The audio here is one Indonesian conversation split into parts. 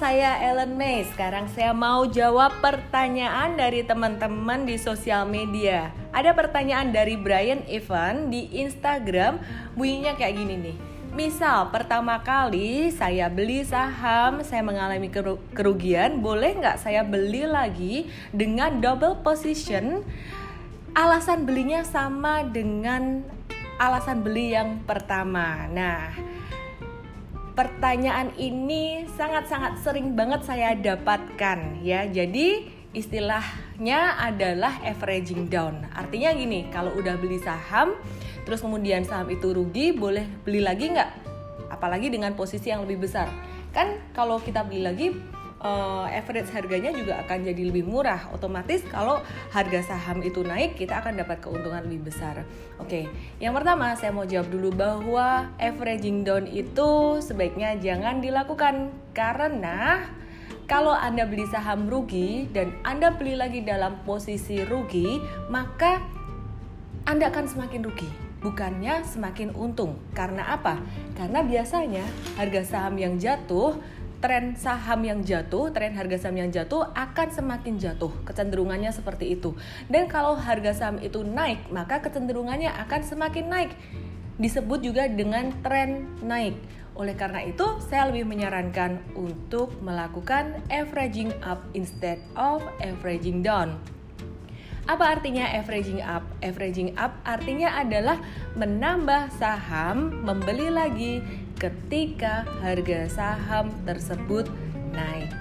saya Ellen May. Sekarang saya mau jawab pertanyaan dari teman-teman di sosial media. Ada pertanyaan dari Brian Evan di Instagram, bunyinya kayak gini nih. Misal pertama kali saya beli saham, saya mengalami kerugian, boleh nggak saya beli lagi dengan double position? Alasan belinya sama dengan alasan beli yang pertama. Nah, pertanyaan ini sangat-sangat sering banget saya dapatkan ya. Jadi istilahnya adalah averaging down. Artinya gini, kalau udah beli saham terus kemudian saham itu rugi, boleh beli lagi nggak? Apalagi dengan posisi yang lebih besar. Kan kalau kita beli lagi average harganya juga akan jadi lebih murah. Otomatis kalau harga saham itu naik, kita akan dapat keuntungan lebih besar. Oke, yang pertama saya mau jawab dulu bahwa averaging down itu sebaiknya jangan dilakukan. Karena kalau Anda beli saham rugi dan Anda beli lagi dalam posisi rugi, maka Anda akan semakin rugi, bukannya semakin untung. Karena apa? Karena biasanya harga saham yang jatuh, tren harga saham yang jatuh akan semakin jatuh. Kecenderungannya seperti itu. Dan kalau harga saham itu naik, maka kecenderungannya akan semakin naik. Disebut juga dengan tren naik. Oleh karena itu, saya lebih menyarankan untuk melakukan averaging up instead of averaging down. Apa artinya averaging up? Averaging up artinya adalah menambah saham, membeli lagi ketika harga saham tersebut naik.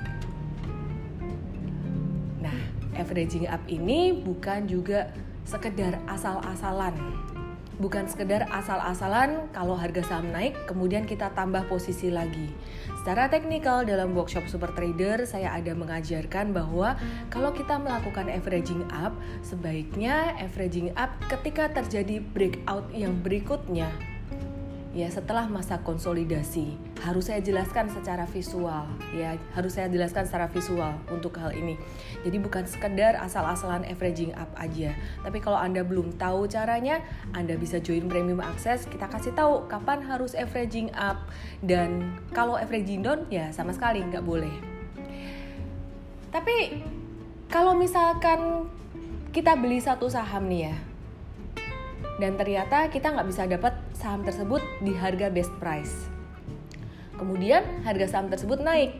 Nah, averaging up ini bukan juga sekedar asal-asalan. Bukan sekedar asal-asalan kalau harga saham naik kemudian kita tambah posisi lagi. Secara teknikal dalam workshop Super Trader saya ada mengajarkan bahwa kalau kita melakukan averaging up, sebaiknya averaging up ketika terjadi breakout yang berikutnya. Ya, setelah masa konsolidasi, harus saya jelaskan secara visual untuk hal ini. Jadi bukan sekedar asal-asalan averaging up aja. Tapi kalau Anda belum tahu caranya, Anda bisa join Premium Access. Kita kasih tahu kapan harus averaging up, dan kalau averaging down ya sama sekali nggak boleh. Tapi kalau misalkan kita beli satu saham nih ya, dan ternyata kita nggak bisa dapat saham tersebut di harga best price. Kemudian harga saham tersebut naik.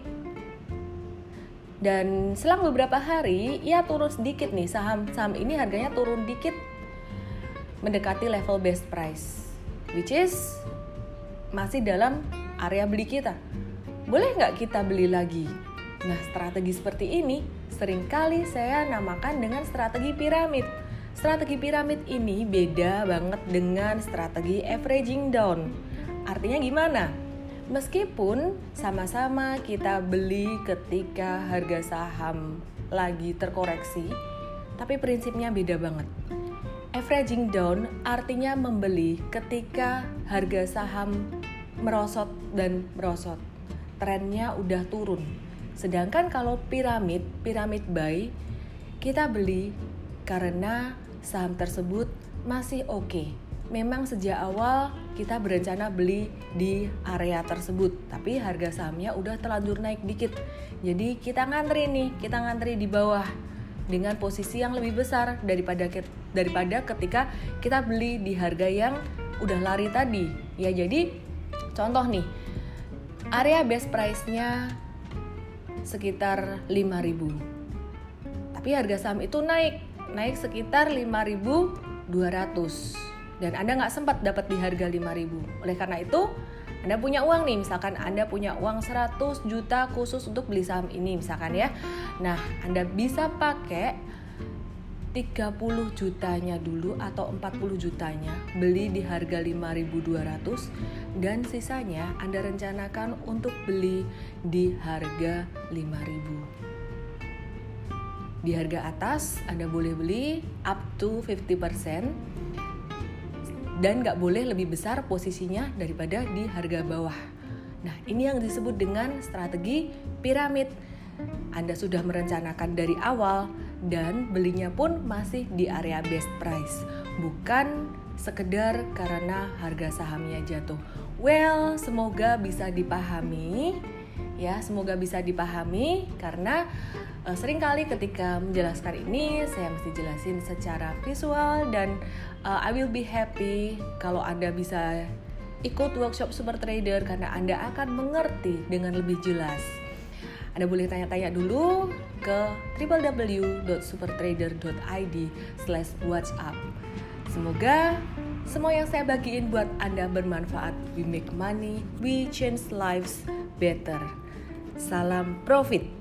Dan selang beberapa hari, ia turun sedikit nih, saham ini harganya turun dikit mendekati level best price, which is masih dalam area beli kita. Boleh nggak kita beli lagi? Nah, strategi seperti ini seringkali saya namakan dengan strategi piramid. Strategi piramid ini beda banget dengan strategi averaging down. Artinya gimana? Meskipun sama-sama kita beli ketika harga saham lagi terkoreksi, tapi prinsipnya beda banget. Averaging down artinya membeli ketika harga saham merosot dan merosot. Trennya udah turun. Sedangkan kalau piramid buy, kita beli karena saham tersebut masih oke. Memang sejak awal kita berencana beli di area tersebut, tapi harga sahamnya udah terlanjur naik dikit. Jadi kita ngantri di bawah dengan posisi yang lebih besar daripada ketika kita beli di harga yang udah lari tadi. Ya, jadi contoh nih, area best price-nya sekitar 5.000. Tapi harga saham itu naik sekitar 5.200 dan Anda nggak sempat dapat di harga 5.000. Oleh karena itu, Anda punya uang nih, misalkan Anda punya uang 100 juta khusus untuk beli saham ini misalkan ya. Nah, Anda bisa pakai 30 jutanya dulu atau 40 jutanya beli di harga 5.200 dan sisanya Anda rencanakan untuk beli di harga 5.000. Di harga atas Anda boleh beli up to 50% dan nggak boleh lebih besar posisinya daripada di harga bawah. Nah, ini yang disebut dengan strategi piramid. Anda sudah merencanakan dari awal dan belinya pun masih di area best price, bukan sekedar karena harga sahamnya jatuh. Well, semoga bisa dipahami Ya, semoga bisa dipahami karena seringkali ketika menjelaskan ini saya mesti jelasin secara visual dan I will be happy kalau Anda bisa ikut workshop Super Trader karena Anda akan mengerti dengan lebih jelas. Anda boleh tanya-tanya dulu ke www.supertrader.id/whatsapp. Semoga semua yang saya bagiin buat Anda bermanfaat. We make money, we change lives better. Salam profit.